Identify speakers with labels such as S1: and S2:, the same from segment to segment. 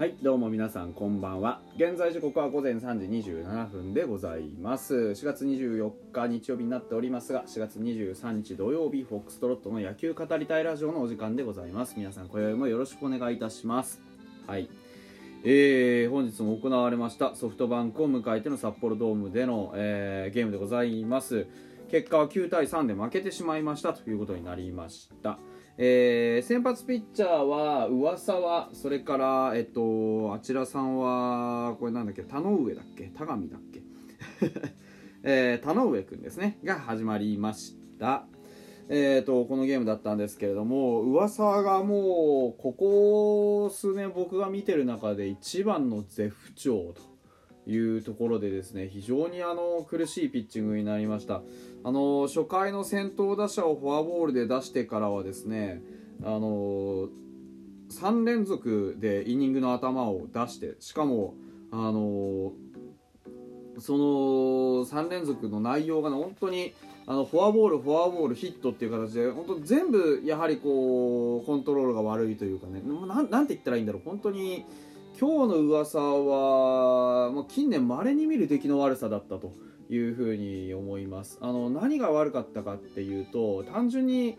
S1: はい、どうも皆さんこんばんは。現在時刻は午前3時27分でございます。4月24日日曜日になっておりますが、4月23日土曜日、フォックストロットの野球語りたいラジオのお時間でございます。皆さん今宵もよろしくお願いいたします。はい、本日も行われましたソフトバンクを迎えての札幌ドームでの、ゲームでございます。結果は9対3で負けてしまいましたということになりました。先発ピッチャーは上沢、それからあちらさんはこれなんだっけ、田上だっけ、田上だっけ田上くんですねが始まりました。このゲームだったんですけれども、上沢がもうここ数年僕が見てる中で一番の絶不調というところでですね、非常に苦しいピッチングになりました。初回の先頭打者をフォアボールで出してからはですね、3連続でイニングの頭を出して、しかもその3連続の内容が、ね、本当にフォアボールヒットっていう形で、本当全部やはりこうコントロールが悪いというかね、なんて言ったらいいんだろう。本当に今日の噂は、近年稀に見る出来の悪さだったというふうに思います。何が悪かったかっていうと、単純に、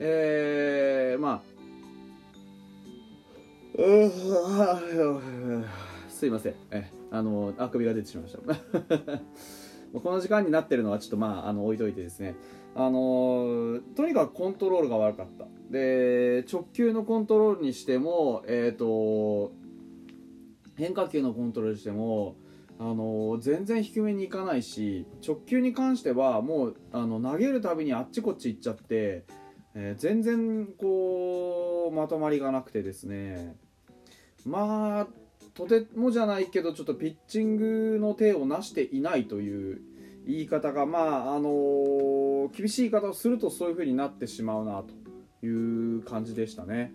S1: すいません、あくびが出てしまいましたこの時間になってるのはちょっと置いといてですね、とにかくコントロールが悪かった。で、直球のコントロールにしても、変化球のコントロールしても全然低めにいかないし、直球に関してはもう投げるたびにあっちこっち行っちゃって、全然こうまとまりがなくてですね、とてもじゃないけどちょっとピッチングの手をなしていないという言い方が厳しい言い方をするとそういう風になってしまうなという感じでしたね。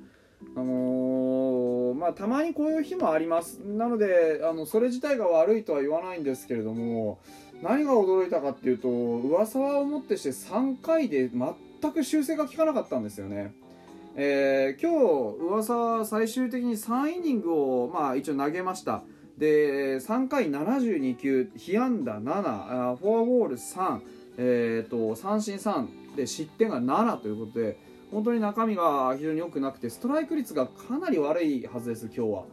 S1: たまにこういう日もあります。なのでそれ自体が悪いとは言わないんですけれども、何が驚いたかっていうと、上沢をもってして3回で全く修正が効かなかったんですよね。今日上沢最終的に3イニングを一応投げました。で3回72球、被安打7、フォアボール3、三振3で失点が7ということで、本当に中身が非常に良くなくて、ストライク率がかなり悪いはずです今日は。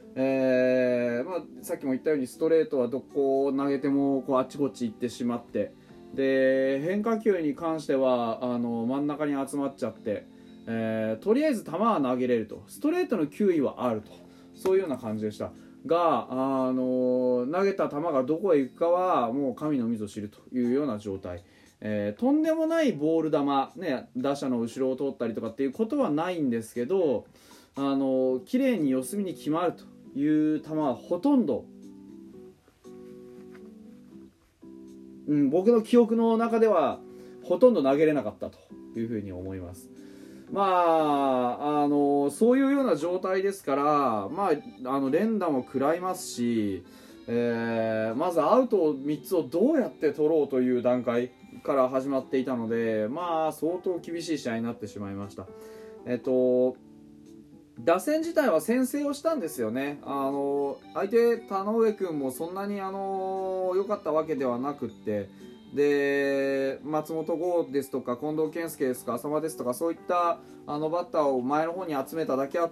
S1: さっきも言ったようにストレートはどこを投げてもこうあっちこっち行ってしまって、で変化球に関しては真ん中に集まっちゃって、とりあえず球は投げれると、ストレートの球威はあると、そういうような感じでしたが、投げた球がどこへ行くかはもう神のみぞ知るというような状態。とんでもないボール球、ね、打者の後ろを通ったりとかっていうことはないんですけど、綺麗に四隅に決まるという球はほとんど、僕の記憶の中ではほとんど投げれなかったというふうに思います。そういうような状態ですから、連打も食らいますし、まずアウト3つをどうやって取ろうという段階から始まっていたので、相当厳しい試合になってしまいました。打線自体は先制をしたんですよね。相手田上君もそんなに良かったわけではなくって、で松本剛ですとか近藤健介ですとか浅間ですとか、そういったバッターを前の方に集めただけあって、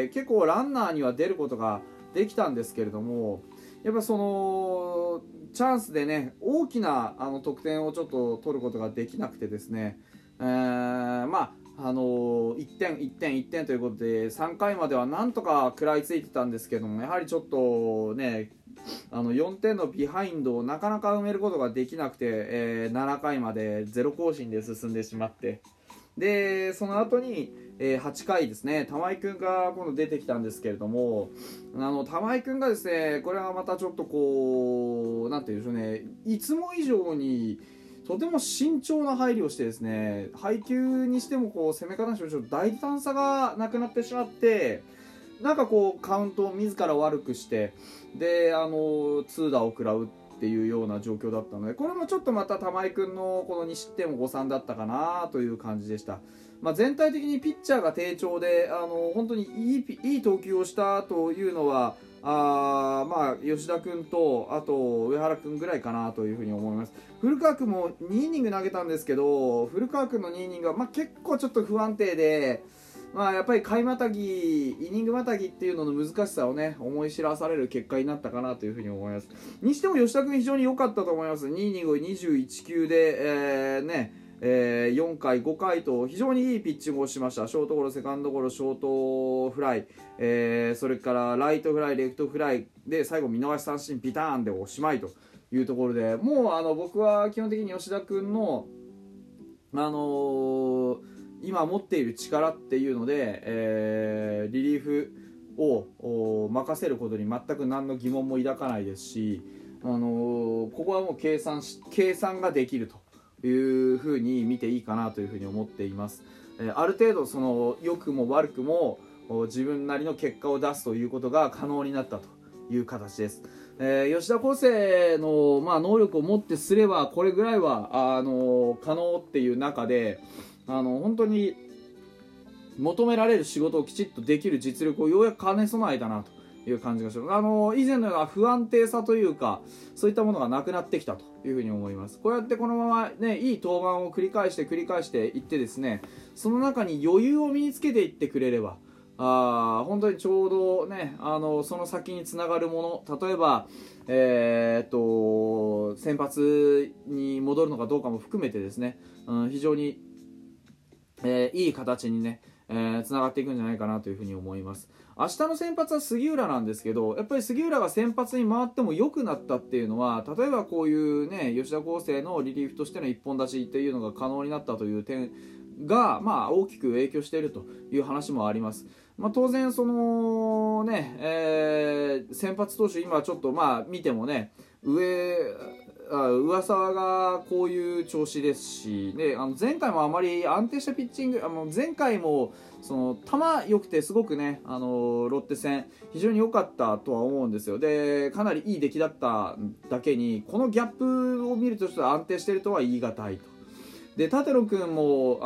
S1: 結構ランナーには出ることができたんですけれども、やっぱそのチャンスでね、大きな得点をちょっと取ることができなくてですね、1点ということで3回まではなんとか食らいついてたんですけども、やはりちょっとね4点のビハインドをなかなか埋めることができなくて、7回までゼロ更新で進んでしまって、でその後に、8回ですね、玉井くんが今度出てきたんですけれども、玉井くんがですね、これはまたちょっとこうなんていうんでしょうね、いつも以上にとても慎重な配慮をしてですね、配球にしてもこう攻め方にしてもちょっと大胆さがなくなってしまって、なんかこうカウントを自ら悪くして、で痛打を食らうっていうような状況だったので、これもちょっとまた玉井君のこの2失点も誤算だったかなという感じでした。全体的にピッチャーが低調で本当にいい投球をしたというのはまあ吉田君とあと上原君ぐらいかなというふうに思います。古川君も2イニング投げたんですけど、古川君の2イニングは、結構ちょっと不安定で、やっぱり回またぎ、イニングまたぎっていうのの難しさをね、思い知らされる結果になったかなというふうに思います。にしても吉田君非常に良かったと思います。2イニング21球で、4回、5回と非常にいいピッチングをしました。ショートゴロ、セカンドゴロ、ショートフライ、それからライトフライ、レフトフライで最後見逃し三振ピターンでおしまいというところで、もう僕は基本的に吉田君の今持っている力っていうので、リリーフを任せることに全く何の疑問も抱かないですし、ここはもう計算ができるというふうに見ていいかなというふうに思っています。ある程度その良くも悪くも自分なりの結果を出すということが可能になったという形です。吉田輝星の、能力をもってすればこれぐらいは可能っていう中で、本当に求められる仕事をきちっとできる実力をようやく兼ね備えたなという感じがします。以前のような不安定さというかそういったものがなくなってきたというふうに思います。こうやってこのままねいい登板を繰り返していってですね、その中に余裕を身につけていってくれれば本当にちょうどねその先につながるもの、例えば先発に戻るのかどうかも含めてですね、非常にいい形にねつながっていくんじゃないかなというふうに思います。明日の先発は杉浦なんですけど、やっぱり杉浦が先発に回っても良くなったっていうのは、例えばこういうね吉田輝星のリリーフとしての一本立ちっていうのが可能になったという点が大きく影響しているという話もあります。当然そのね、先発投手今ちょっと見てもね上沢がこういう調子ですし、前回もあまり安定したピッチング、前回もその球良くてすごくね、ロッテ戦非常に良かったとは思うんですよ。でかなりいい出来だっただけに、このギャップを見るとちょっと安定しているとは言い難いと。で立野君も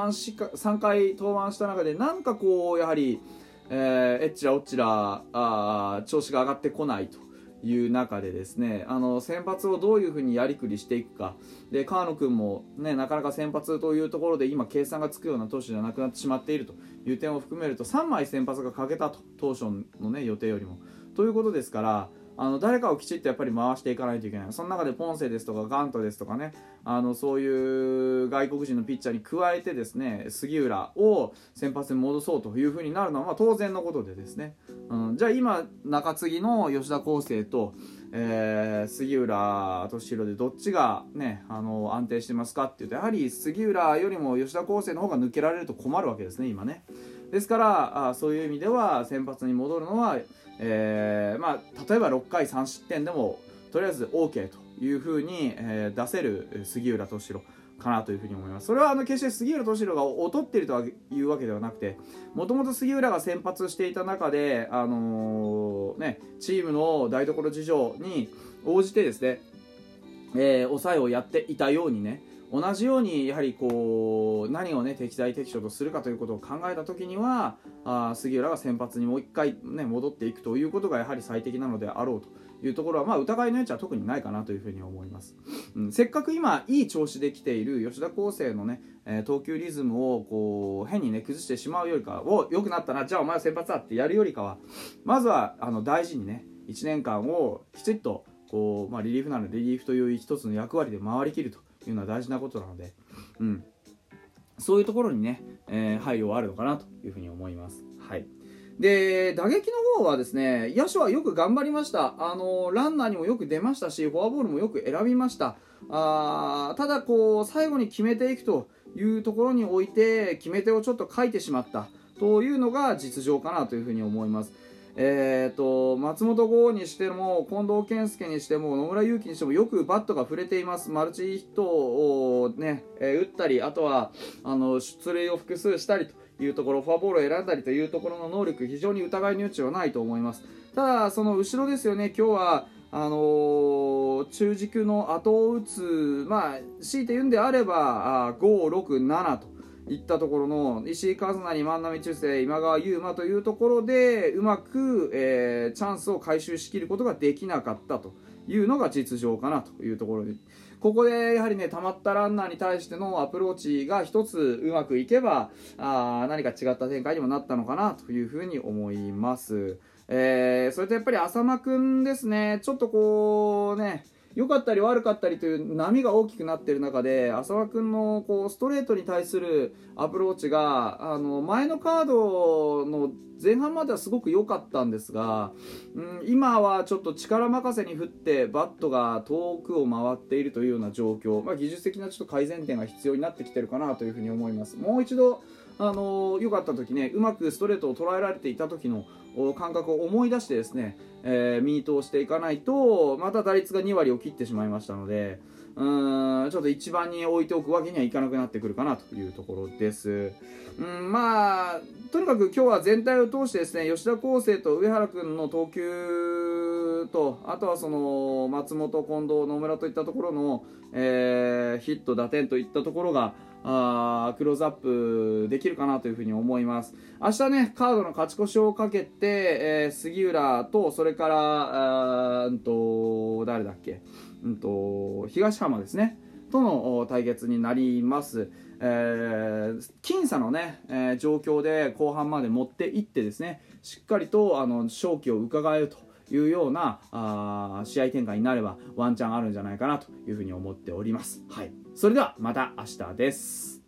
S1: 3回登板した中でなんかこうやはり、えっちらおっちら調子が上がってこないという中でですね、先発をどういうふうにやりくりしていくかで、川野君も、なかなか先発というところで今計算がつくような投手じゃなくなってしまっているという点を含めると3枚先発が欠けたと、当初の、予定よりもということですから、誰かをきちっとやっぱり回していかないといけない。その中でポンセですとかガントですとかね、そういう外国人のピッチャーに加えてですね、杉浦を先発に戻そうというふうになるのは当然のことでですね、じゃあ今中継ぎの吉田輝星と、杉浦敏弘でどっちが、安定してますかっていうと、やはり杉浦よりも吉田輝星の方が抜けられると困るわけですね今ね。ですからそういう意味では先発に戻るのは、例えば6回3失点でもとりあえず OK というふうに、出せる杉浦敏弘かなというふうに思います。それは決して杉浦敏弘が劣っているというわけではなくて、もともと杉浦が先発していた中で、チームの台所事情に応じてですね、抑えをやっていたようにね、同じようにやはりこう何を適材適所とするかということを考えたときには杉浦が先発にもう一回、戻っていくということがやはり最適なのであろうというところは疑いの余地は特にないかなというふうに思います。せっかく今いい調子で来ている吉田輝星の投球リズムをこう変に崩してしまうよりかは、良くなったな、じゃあお前は先発だってやるよりかは、まずは大事に1年間をきちっとこう、リリーフならリリーフという一つの役割で回りきるというのは大事なことなので、そういうところに配慮はあるのかなというふうに思います。はい。で打撃の方はですね、野手はよく頑張りました。ランナーにもよく出ましたし、フォアボールもよく選びました。ただこう最後に決めていくというところにおいて決め手をちょっと書いてしまったというのが実情かなというふうに思います。松本剛にしても近藤健介にしても野村祐希にしてもよくバットが触れています。マルチヒットを打ったり、あとは出塁を複数したりというところ、フォアボールを選んだりというところの能力、非常に疑いの余地はないと思います。ただその後ろですよね。今日は中軸の後を打つ、強いて言うんであれば5、6、7といったところの石井一成、万波中正、今川優馬というところでうまく、チャンスを回収しきることができなかったというのが実情かなというところで、ここでやはりね、溜まったランナーに対してのアプローチが一つうまくいけば何か違った展開にもなったのかなというふうに思います。それとやっぱり浅間くんですね、ちょっとこうね、良かったり悪かったりという波が大きくなっている中で、浅間くんのこうストレートに対するアプローチが前のカードの前半まではすごく良かったんですが、今はちょっと力任せに振ってバットが遠くを回っているというような状況、技術的なちょっと改善点が必要になってきてるかなというふうに思います。もう一度良かった時ね、うまくストレートを捉えられていた時の感覚を思い出してですね、ミートをしていかないとまた打率が2割を切ってしまいましたので、ちょっと一番に置いておくわけにはいかなくなってくるかなというところです。とにかく今日は全体を通してですね、吉田輝星と上原君の投球と、あとはその松本、近藤、野村といったところの、ヒット、打点といったところがクローズアップできるかなというふうに思います。明日ね、カードの勝ち越しをかけて、杉浦と、それから誰だっけ、東浜ですねとの対決になります。僅差のね、状況で後半まで持っていってですね、しっかりと勝機を伺えるというような試合展開になればワンチャンあるんじゃないかなというふうに思っております。はい、それではまた明日です。